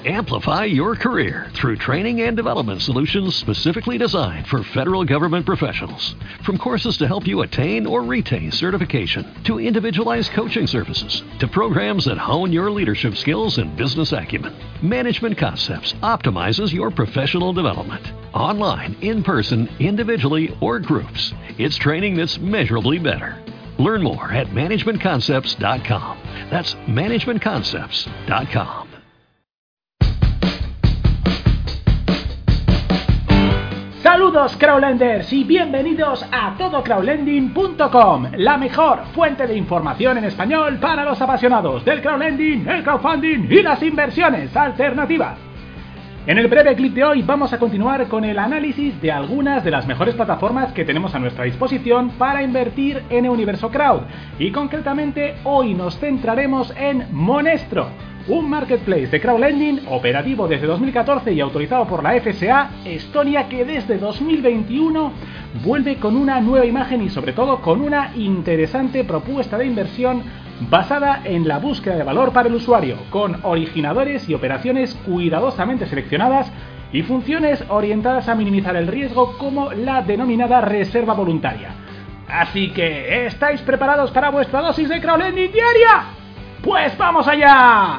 Amplify your career through training and development solutions specifically designed for federal government professionals. From courses to help you attain or retain certification, to individualized coaching services, to programs that hone your leadership skills and business acumen, Management Concepts optimizes your professional development. Online, in person, individually, or groups, it's training that's measurably better. Learn more at managementconcepts.com. That's managementconcepts.com. Saludos crowdlenders y bienvenidos a todocrowdlending.com, la mejor fuente de información en español para los apasionados del crowdlending, el crowdfunding y las inversiones alternativas. En el breve clip de hoy vamos a continuar con el análisis de algunas de las mejores plataformas que tenemos a nuestra disposición para invertir en el universo crowd, y concretamente hoy nos centraremos en Monestro, un marketplace de crowdlending operativo desde 2014 y autorizado por la FSA Estonia, que desde 2021 vuelve con una nueva imagen y sobre todo con una interesante propuesta de inversión basada en la búsqueda de valor para el usuario, con originadores y operaciones cuidadosamente seleccionadas y funciones orientadas a minimizar el riesgo, como la denominada reserva voluntaria. Así que, ¿estáis preparados para vuestra dosis de crowdlending diaria? ¡Pues vamos allá!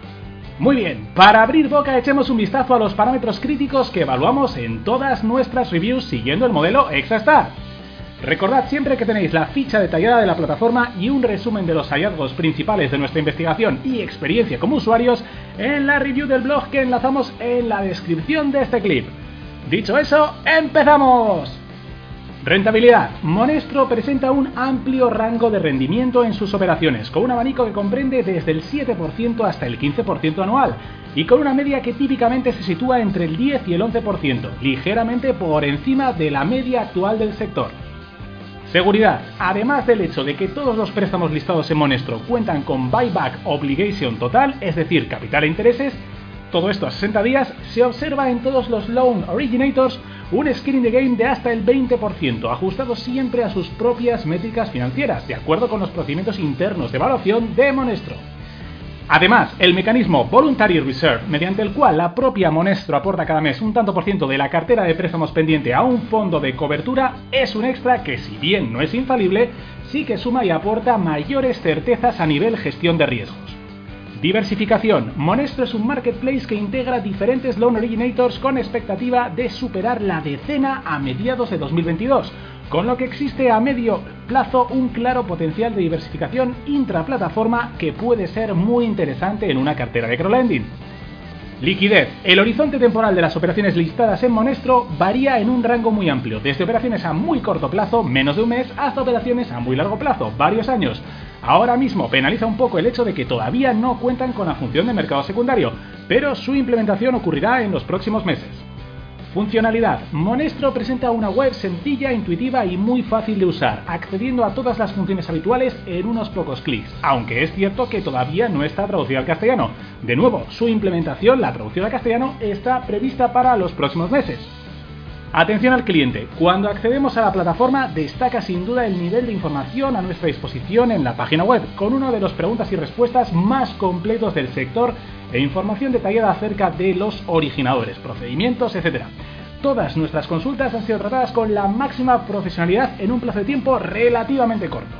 Muy bien, para abrir boca echemos un vistazo a los parámetros críticos que evaluamos en todas nuestras reviews siguiendo el modelo Exastar. Recordad siempre que tenéis la ficha detallada de la plataforma y un resumen de los hallazgos principales de nuestra investigación y experiencia como usuarios en la review del blog que enlazamos en la descripción de este clip. Dicho eso, ¡empezamos! Rentabilidad. Monestro presenta un amplio rango de rendimiento en sus operaciones, con un abanico que comprende desde el 7% hasta el 15% anual, y con una media que típicamente se sitúa entre el 10 y el 11%, ligeramente por encima de la media actual del sector. Seguridad. Además del hecho de que todos los préstamos listados en Monestro cuentan con buyback obligation total, es decir, capital e intereses, todo esto a 60 días, se observa en todos los loan originators un skin in the game de hasta el 20%, ajustado siempre a sus propias métricas financieras, de acuerdo con los procedimientos internos de evaluación de Monestro. Además, el mecanismo Voluntary Reserve, mediante el cual la propia Monestro aporta cada mes un tanto por ciento de la cartera de préstamos pendiente a un fondo de cobertura, es un extra que, si bien no es infalible, sí que suma y aporta mayores certezas a nivel gestión de riesgos. Diversificación. Monestro es un marketplace que integra diferentes loan originators con expectativa de superar la decena a mediados de 2022, con lo que existe a medio plazo un claro potencial de diversificación intraplataforma que puede ser muy interesante en una cartera de crowdlending. Liquidez. El horizonte temporal de las operaciones listadas en Monestro varía en un rango muy amplio, desde operaciones a muy corto plazo, menos de un mes, hasta operaciones a muy largo plazo, varios años. Ahora mismo penaliza un poco el hecho de que todavía no cuentan con la función de mercado secundario, pero su implementación ocurrirá en los próximos meses. Funcionalidad. Monestro presenta una web sencilla, intuitiva y muy fácil de usar, accediendo a todas las funciones habituales en unos pocos clics, aunque es cierto que todavía no está traducida al castellano. De nuevo, su implementación, la traducción al castellano, está prevista para los próximos meses. Atención al cliente. Cuando accedemos a la plataforma, destaca sin duda el nivel de información a nuestra disposición en la página web, con uno de los preguntas y respuestas más completos del sector e información detallada acerca de los originadores, procedimientos, etc. Todas nuestras consultas han sido tratadas con la máxima profesionalidad en un plazo de tiempo relativamente corto.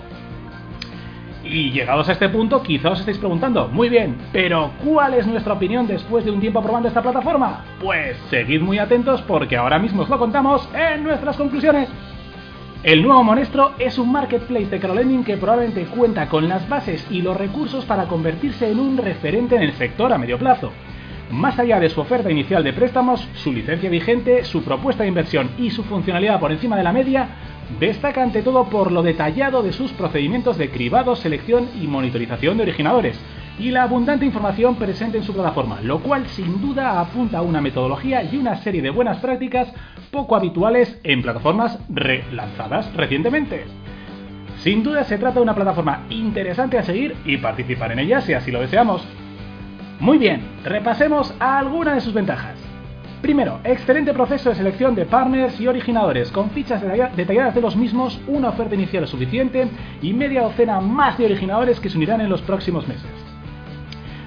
Y llegados a este punto, quizá os estáis preguntando, muy bien, pero ¿cuál es nuestra opinión después de un tiempo probando esta plataforma? Pues seguid muy atentos porque ahora mismo os lo contamos en nuestras conclusiones. El nuevo Monestro es un marketplace de crowdlending que probablemente cuenta con las bases y los recursos para convertirse en un referente en el sector a medio plazo. Más allá de su oferta inicial de préstamos, su licencia vigente, su propuesta de inversión y su funcionalidad por encima de la media, destaca ante todo por lo detallado de sus procedimientos de cribado, selección y monitorización de originadores, y la abundante información presente en su plataforma, lo cual sin duda apunta a una metodología y una serie de buenas prácticas poco habituales en plataformas relanzadas recientemente. Sin duda se trata de una plataforma interesante a seguir y participar en ella si así lo deseamos. Muy bien, repasemos algunas de sus ventajas. Primero, excelente proceso de selección de partners y originadores, con fichas detalladas de los mismos, una oferta inicial suficiente y media docena más de originadores que se unirán en los próximos meses.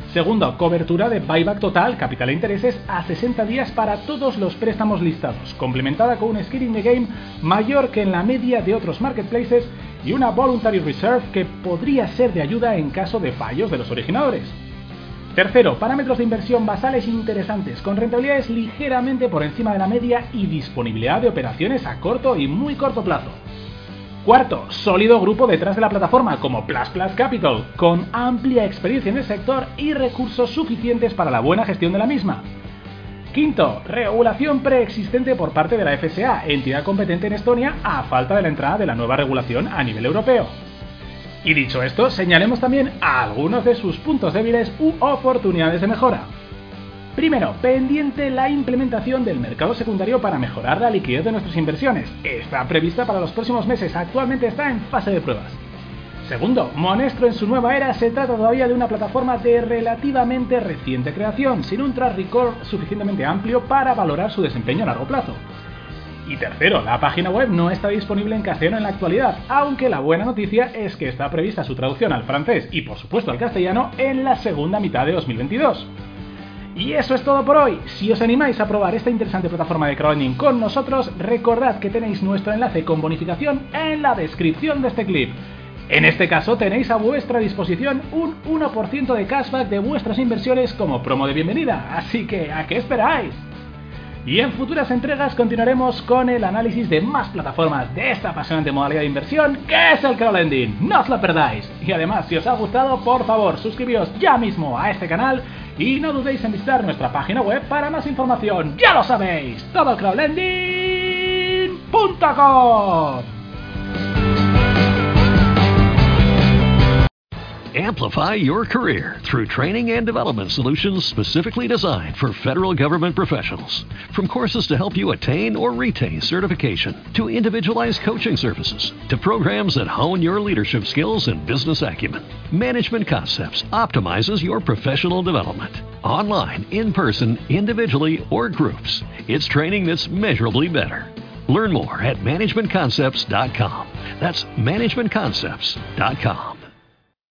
Segundo, cobertura de buyback total, capital e intereses a 60 días para todos los préstamos listados, complementada con un skin in the game mayor que en la media de otros marketplaces y una voluntary reserve que podría ser de ayuda en caso de fallos de los originadores. Tercero, parámetros de inversión basales interesantes, con rentabilidades ligeramente por encima de la media y disponibilidad de operaciones a corto y muy corto plazo. Cuarto, sólido grupo detrás de la plataforma como Plus Plus Capital, con amplia experiencia en el sector y recursos suficientes para la buena gestión de la misma. Quinto, regulación preexistente por parte de la FSA, entidad competente en Estonia, a falta de la entrada de la nueva regulación a nivel europeo. Y dicho esto, señalemos también algunos de sus puntos débiles u oportunidades de mejora. Primero, pendiente la implementación del mercado secundario para mejorar la liquidez de nuestras inversiones. Está prevista para los próximos meses, actualmente está en fase de pruebas. Segundo, Monestro en su nueva era se trata todavía de una plataforma de relativamente reciente creación, sin un track record suficientemente amplio para valorar su desempeño a largo plazo. Y tercero, la página web no está disponible en castellano en la actualidad, aunque la buena noticia es que está prevista su traducción al francés y por supuesto al castellano en la segunda mitad de 2022. Y eso es todo por hoy. Si os animáis a probar esta interesante plataforma de crowdfunding con nosotros, recordad que tenéis nuestro enlace con bonificación en la descripción de este clip. En este caso tenéis a vuestra disposición un 1% de cashback de vuestras inversiones como promo de bienvenida, así que ¿a qué esperáis? Y en futuras entregas continuaremos con el análisis de más plataformas de esta apasionante modalidad de inversión que es el crowdlending. ¡No os lo perdáis! Y además, si os ha gustado, por favor, suscribíos ya mismo a este canal y no dudéis en visitar nuestra página web para más información. ¡Ya lo sabéis! todocrowdlending.com. Amplify your career through training and development solutions specifically designed for federal government professionals. From courses to help you attain or retain certification, to individualized coaching services, to programs that hone your leadership skills and business acumen, Management Concepts optimizes your professional development. Online, in person, individually, or groups, it's training that's measurably better. Learn more at managementconcepts.com. That's managementconcepts.com.